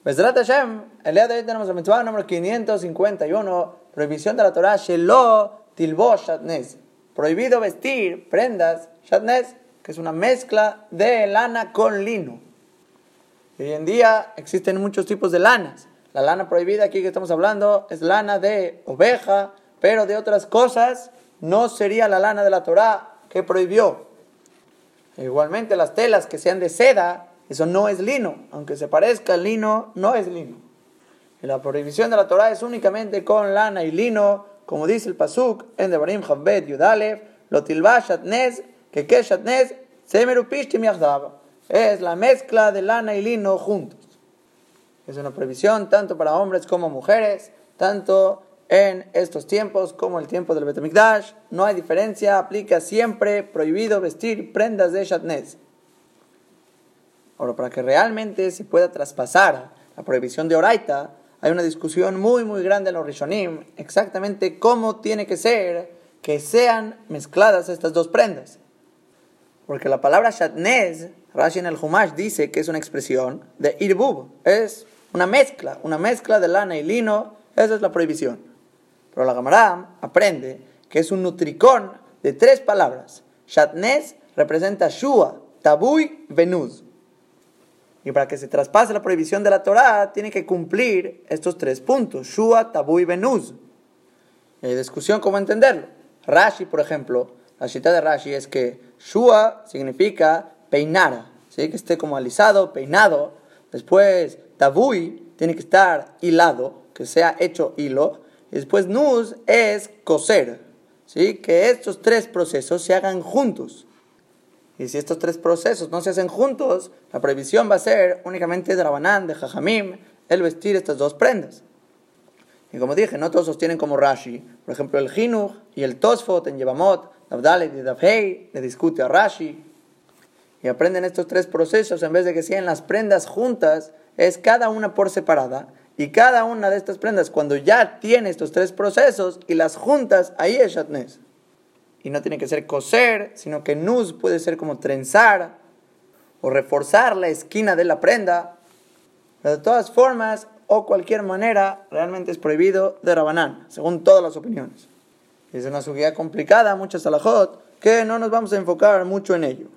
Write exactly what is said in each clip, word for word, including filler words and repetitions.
Bezrat Hashem, el día de hoy tenemos la mitzvah número quinientos cincuenta y uno, prohibición de la Torah, Shelo Tilbosh Shatnez, prohibido vestir prendas Shatnez, que es una mezcla de lana con lino. Y hoy en día existen muchos tipos de lanas. La lana prohibida aquí que estamos hablando es lana de oveja, pero de otras cosas no sería la lana de la Torah que prohibió. Igualmente las telas que sean de seda, eso no es lino, aunque se parezca al lino, no es lino. Y la prohibición de la Torah es únicamente con lana y lino, como dice el pasuk en Devarim Chavbet Yudalev, lo tilbash shatnez, que que shatnez, semeru pishtim yachdav. Es la mezcla de lana y lino juntos. Es una prohibición tanto para hombres como mujeres, tanto en estos tiempos como el tiempo del Bet HaMikdash. No hay diferencia, aplica siempre prohibido vestir prendas de shatnez. Ahora, para que realmente se pueda traspasar la prohibición de Oraita, hay una discusión muy muy grande en los Rishonim, exactamente cómo tiene que ser que sean mezcladas estas dos prendas. Porque la palabra shatnez, Rashi en el Humash dice que es una expresión de irbub, es una mezcla, una mezcla de lana y lino, esa es la prohibición. Pero la Gemara aprende que es un nutricón de tres palabras. Shatnez representa shua, tabui, venuz. Y para que se traspase la prohibición de la Torah, tiene que cumplir estos tres puntos: shua, tabú y venuz. Y hay discusión cómo entenderlo. Rashi, por ejemplo, la cita de Rashi es que shua significa peinar, ¿sí? Que esté como alisado, peinado. Después, tabui tiene que estar hilado, que sea hecho hilo. Y después, nuz es coser, ¿sí? Que estos tres procesos se hagan juntos. Y si estos tres procesos no se hacen juntos, la prohibición va a ser únicamente de Rabanán, de Jajamim, el vestir estas dos prendas. Y como dije, no todos sostienen como Rashi. Por ejemplo, el Jinuj y el Tosfot en Yevamot, Davdalet y Davhei, le discute a Rashi. Y aprenden estos tres procesos, en vez de que sean las prendas juntas, es cada una por separada. Y cada una de estas prendas, cuando ya tiene estos tres procesos y las juntas, ahí es shatnez. Y no tiene que ser coser, sino que nuz puede ser como trenzar o reforzar la esquina de la prenda. Pero de todas formas, o cualquier manera, realmente es prohibido de Rabanán, según todas las opiniones. Es una sugía complicada, muchas alajot, que no nos vamos a enfocar mucho en ello.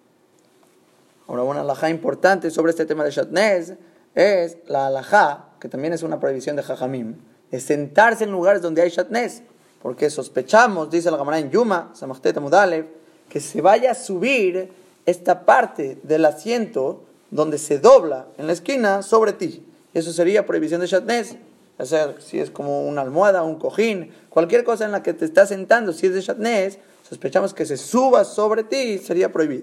Ahora, una alajá importante sobre este tema de shatnez es la alajá, que también es una prohibición de Jajamim, es sentarse en lugares donde hay shatnez. Porque sospechamos, dice la Gemara en Yuma, Samachtet Amudalev, que se vaya a subir esta parte del asiento donde se dobla en la esquina sobre ti. Eso sería prohibición de shatnez. O sea, si es como una almohada, un cojín, cualquier cosa en la que te estás sentando, si es de shatnez, sospechamos que se suba sobre ti, sería prohibido.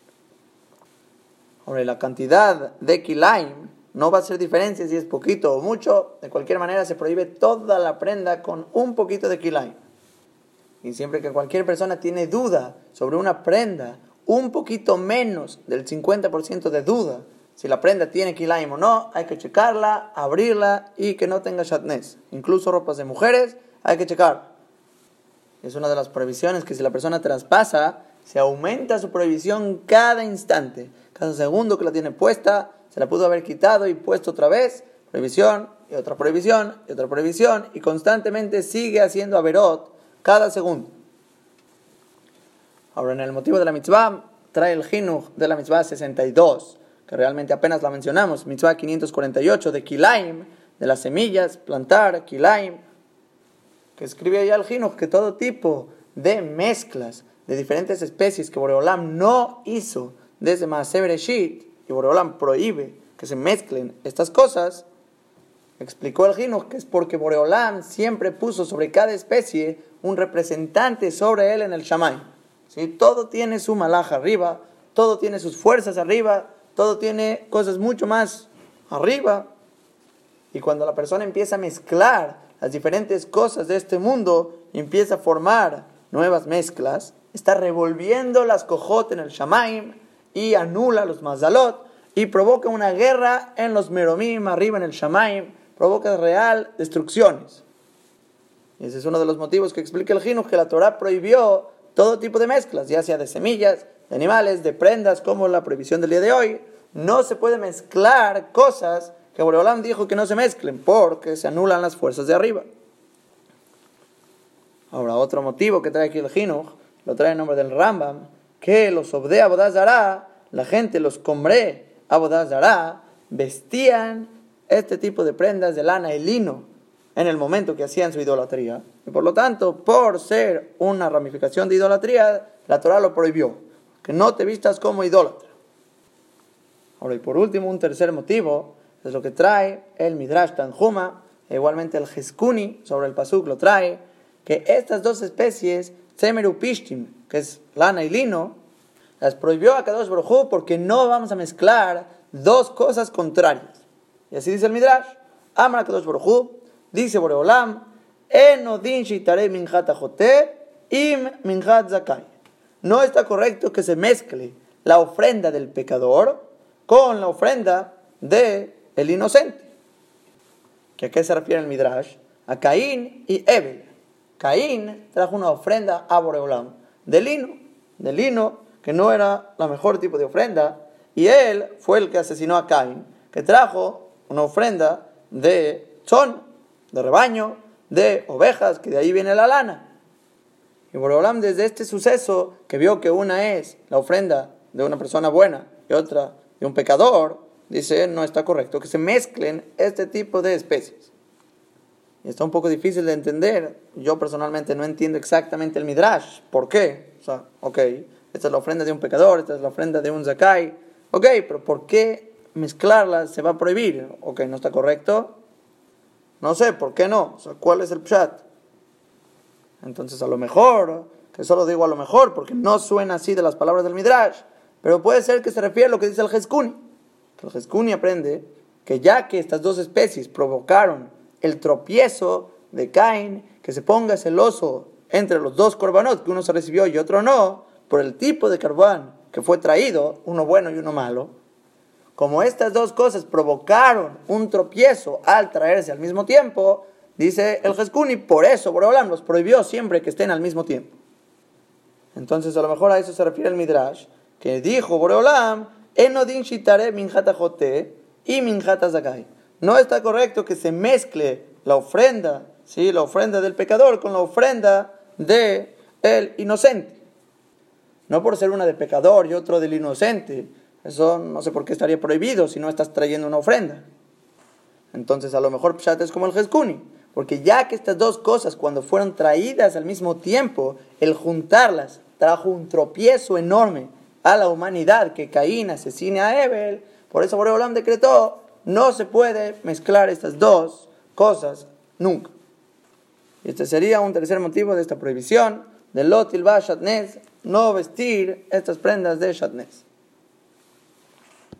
Ahora, la cantidad de kilaim no va a hacer diferencia si es poquito o mucho. De cualquier manera se prohíbe toda la prenda con un poquito de kilaim. Y siempre que cualquier persona tiene duda sobre una prenda, un poquito menos del cincuenta por ciento de duda, si la prenda tiene kilaim o no, hay que checarla, abrirla y que no tenga shatnez. Incluso ropas de mujeres hay que checar. Es una de las prohibiciones que si la persona traspasa, se aumenta su prohibición cada instante. Cada segundo que la tiene puesta, se la pudo haber quitado y puesto otra vez, prohibición, y otra prohibición, y otra prohibición, y constantemente sigue haciendo averot cada segundo. Ahora, en el motivo de la mitzvah, trae el jinuj de la mitzvah sesenta y dos, que realmente apenas la mencionamos, mitzvah quinientos cuarenta y ocho, de kilaim, de las semillas, plantar, kilaim, que escribe ahí el jinuj que todo tipo de mezclas de diferentes especies que Boreolam no hizo desde Maaseh Bereshit, y Boreolam prohíbe que se mezclen estas cosas, explicó el Jinuj que es porque Boreolam siempre puso sobre cada especie un representante sobre él en el Shamay. ¿Sí? Todo tiene su malaj arriba, todo tiene sus fuerzas arriba, todo tiene cosas mucho más arriba. Y cuando la persona empieza a mezclar las diferentes cosas de este mundo y empieza a formar nuevas mezclas, está revolviendo las cojot en el Shamayim y anula los mazalot y provoca una guerra en los meromim arriba en el Shamayim, provoca real destrucciones. Y ese es uno de los motivos que explica el Jinuj, que la Torah prohibió todo tipo de mezclas, ya sea de semillas, de animales, de prendas, como la prohibición del día de hoy. No se puede mezclar cosas que Boreolam dijo que no se mezclen porque se anulan las fuerzas de arriba. Ahora, otro motivo que trae aquí el Jinuj, lo trae en nombre del Rambam, que los obde Avodah Zará, la gente, los combré Avodah Zará, vestían este tipo de prendas de lana y lino en el momento que hacían su idolatría. Y por lo tanto, por ser una ramificación de idolatría, la Torah lo prohibió, que no te vistas como idólatra. Ahora, y por último, un tercer motivo, es lo que trae el Midrash Tanjuma, e igualmente el Jeskuni, sobre el Pasuk lo trae, que estas dos especies, Tzemer Upishtim, que es lana y lino, las prohibió a Kadosh Baruj Hu porque no vamos a mezclar dos cosas contrarias. Y así dice el Midrash, Amar Kadosh Baruj Hu, dice Boreolam, Eno din shitare minchat ajote im minchat zakai. No está correcto que se mezcle la ofrenda del pecador con la ofrenda del inocente. ¿Que ¿A qué se refiere el Midrash? A Caín y Ebel. Caín trajo una ofrenda a Boreolam de lino, de lino que no era la mejor tipo de ofrenda, y él fue el que asesinó a Caín, que trajo una ofrenda de tzon, de rebaño, de ovejas, que de ahí viene la lana. Y Boreolam, desde este suceso, que vio que una es la ofrenda de una persona buena y otra de un pecador, dice, no está correcto que se mezclen este tipo de especies. Y está un poco difícil de entender. Yo personalmente no entiendo exactamente el Midrash. ¿Por qué? O sea, ok, esta es la ofrenda de un pecador, esta es la ofrenda de un zakai. Ok, pero ¿por qué mezclarlas se va a prohibir? Ok, ¿no está correcto? No sé, ¿por qué no? O sea, ¿cuál es el pshat? Entonces, a lo mejor, que solo digo a lo mejor, porque no suena así de las palabras del Midrash, pero puede ser que se refiere a lo que dice el Jeskuni. Que el Jeskuni aprende que ya que estas dos especies provocaron el tropiezo de Caín, que se ponga celoso entre los dos korbanot, que uno se recibió y otro no, por el tipo de carbón que fue traído, uno bueno y uno malo. Como estas dos cosas provocaron un tropiezo al traerse al mismo tiempo, dice el Jeskuni, por eso Boreolam los prohibió siempre que estén al mismo tiempo. Entonces a lo mejor a eso se refiere el Midrash, que dijo Boreolam, Enodin shitare minjata jote y minjata zakai. No está correcto que se mezcle la ofrenda, ¿sí? La ofrenda del pecador con la ofrenda del inocente. No por ser una del pecador y otro del inocente. Eso no sé por qué estaría prohibido si no estás trayendo una ofrenda. Entonces a lo mejor Pshat es como el Jeskuni. Porque ya que estas dos cosas cuando fueron traídas al mismo tiempo, el juntarlas trajo un tropiezo enorme a la humanidad, que Caín asesine a Ebel. Por eso Boreolam decretó, no se puede mezclar estas dos cosas nunca. Y este sería un tercer motivo de esta prohibición de Lo Tilba Shatnez, no vestir estas prendas de Shatnez.